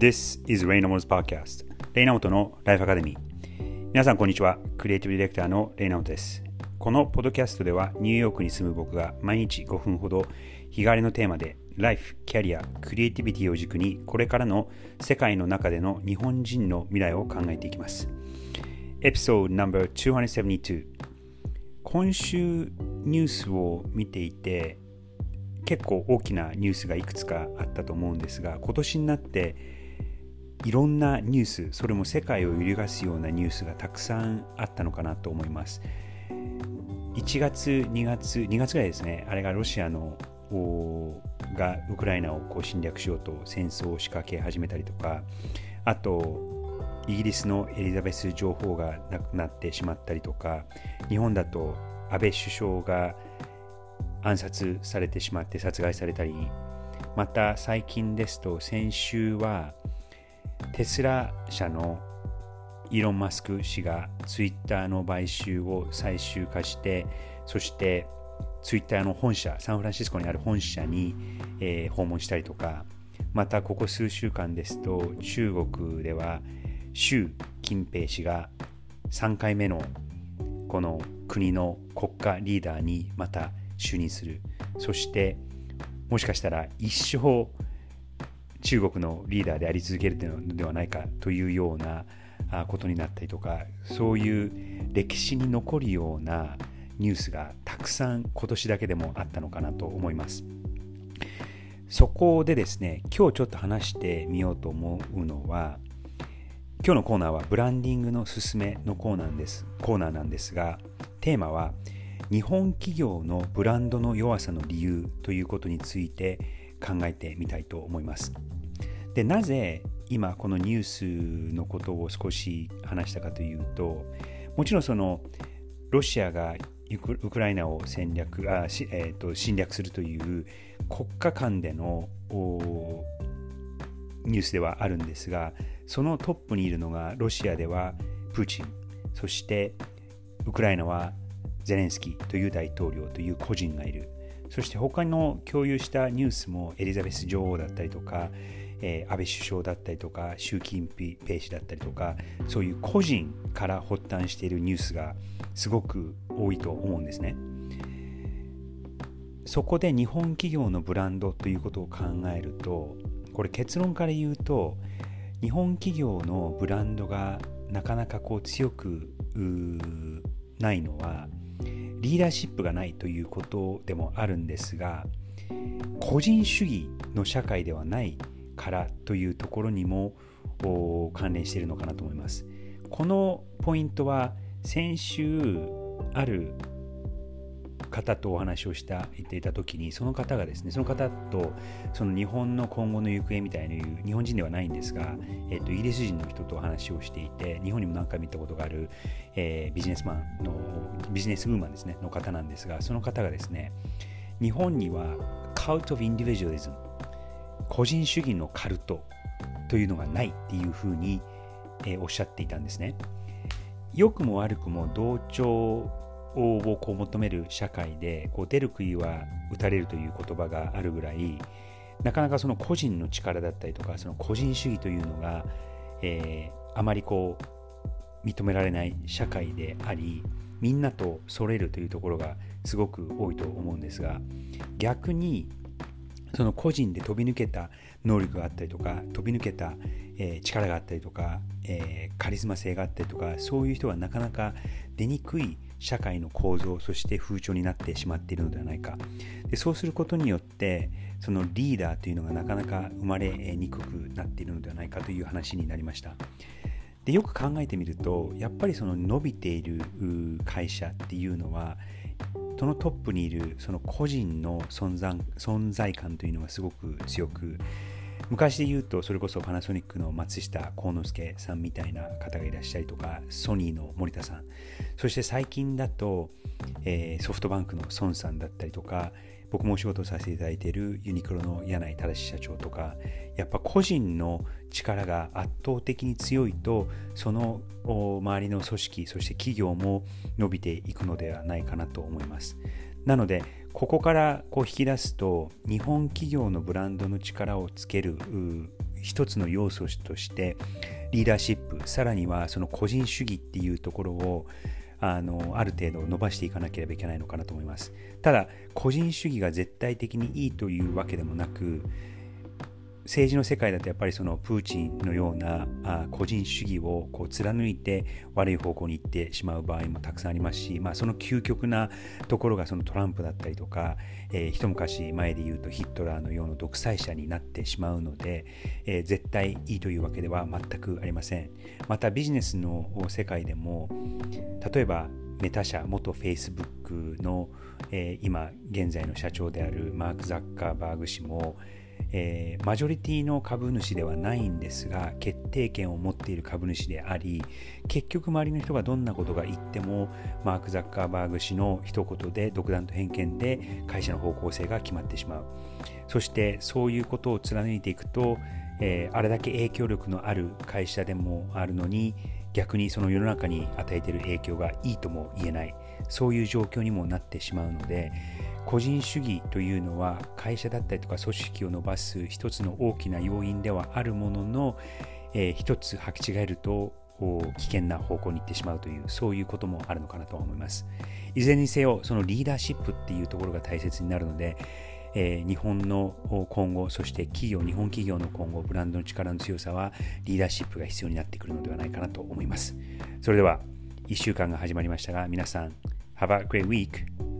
This is Reynolds Podcast レイナモトのライフアカデミー。皆さんこんにちは。クリエイティブディレクターのレイナモトです。このポッドキャストではニューヨークに住む僕が毎日5分ほど日替わりのテーマでライフ、キャリア、クリエイティビティを軸にこれからの世界の中での日本人の未来を考えていきます。エピソード No.272。今週ニュースを見ていて結構大きなニュースがいくつかあったと思うんですが、今年になっていろんなニュース、それも世界を揺るがすようなニュースがたくさんあったのかなと思います。1月、2月ぐらいですね。あれがロシアのがウクライナを侵略しようと戦争を仕掛け始めたりとか、あとイギリスのエリザベス女王が亡くなってしまったりとか、日本だと安倍首相が暗殺されてしまって殺害されたり、また最近ですと先週はテスラ社のイーロン・マスク氏がツイッターの買収を最終化して、そしてツイッターの本社、サンフランシスコにある本社に、訪問したりとか、またここ数週間ですと中国では習近平氏が3回目のこの国の国家リーダーにまた就任する。そしてもしかしたら一生中国のリーダーであり続けるのではないかというようなことになったりとか、そういう歴史に残るようなニュースがたくさん今年だけでもあったのかなと思います。そこでですね、今日ちょっと話してみようと思うのは、今日のコーナーはブランディングのすすめのコーナーなんですが、テーマは日本企業のブランドの弱さの理由ということについて考えてみたいと思います。で、なぜ今このニュースのことを少し話したかというと、もちろんそのロシアがウクライナを侵略するという国家間でのニュースではあるんですが、そのトップにいるのがロシアではプーチン、そしてウクライナはゼレンスキーという大統領という個人がいる。そして他の共有したニュースもエリザベス女王だったりとか、安倍首相だったりとか、習近平氏だったりとか、そういう個人から発端しているニュースがすごく多いと思うんですね。そこで日本企業のブランドということを考えると、これ結論から言うと、日本企業のブランドがなかなか強くないのはリーダーシップがないということでもあるんですが、個人主義の社会ではないからというところにも関連しているのかなと思います。このポイントは先週ある方とお話をしていた時に、その方がですね、その方とその日本の今後の行方みたいな、日本人ではないんですが、イギリス人の人とお話をしていて、日本にも何回も行ったことがある、ビジネスウーマンですねの方なんですが、その方がですね、日本にはカルト・オブ・インディビジュアリズム、個人主義のカルトというのがないっていうふうに、おっしゃっていたんですね。良くも悪くも同調を求める社会で、出る杭は打たれるという言葉があるぐらい、なかなかその個人の力だったりとか、その個人主義というのが、あまり認められない社会であり、みんなと揃えるというところがすごく多いと思うんですが、逆にその個人で飛び抜けた能力があったりとか、飛び抜けた、力があったりとか、カリスマ性があったりとか、そういう人はなかなか出にくい社会の構造、そして風潮になってしまっているのではないか。で、そうすることによってそのリーダーというのがなかなか生まれにくくなっているのではないかという話になりました。で、よく考えてみると、やっぱりその伸びている会社っていうのは、そのトップにいるその個人の存在感というのがすごく強く、昔で言うとそれこそパナソニックの松下幸之助さんみたいな方がいらっしゃりとか、ソニーの森田さん、そして最近だと、ソフトバンクの孫さんだったりとか、僕もお仕事をさせていただいているユニクロの柳井正社長とか、やっぱ個人の力が圧倒的に強いと、その周りの組織、そして企業も伸びていくのではないかなと思います。なのでここから引き出すと、日本企業のブランドの力をつける一つの要素としてリーダーシップ、さらにはその個人主義っていうところをある程度伸ばしていかなければいけないのかなと思います。ただ個人主義が絶対的にいいというわけでもなく、政治の世界だとやっぱりそのプーチンのような個人主義をこう貫いて悪い方向に行ってしまう場合もたくさんありますし、その究極なところがそのトランプだったりとか、一昔前で言うとヒトラーのような独裁者になってしまうので、絶対いいというわけでは全くありません。またビジネスの世界でも、例えばメタ社元 Facebook の、今現在の社長であるマーク・ザッカーバーグ氏もマジョリティの株主ではないんですが、決定権を持っている株主であり、結局周りの人がどんなことが言ってもマーク・ザッカーバーグ氏の一言で独断と偏見で会社の方向性が決まってしまう。そしてそういうことを貫いていくと、あれだけ影響力のある会社でもあるのに、逆にその世の中に与えている影響がいいとも言えない、そういう状況にもなってしまうので、個人主義というのは会社だったりとか組織を伸ばす一つの大きな要因ではあるものの、一つ履き違えると危険な方向に行ってしまうという、そういうこともあるのかなと思います。いずれにせよそのリーダーシップっていうところが大切になるので、日本の今後、そして日本企業の今後、ブランドの力の強さはリーダーシップが必要になってくるのではないかなと思います。それでは1週間が始まりましたが、皆さん Have a great week!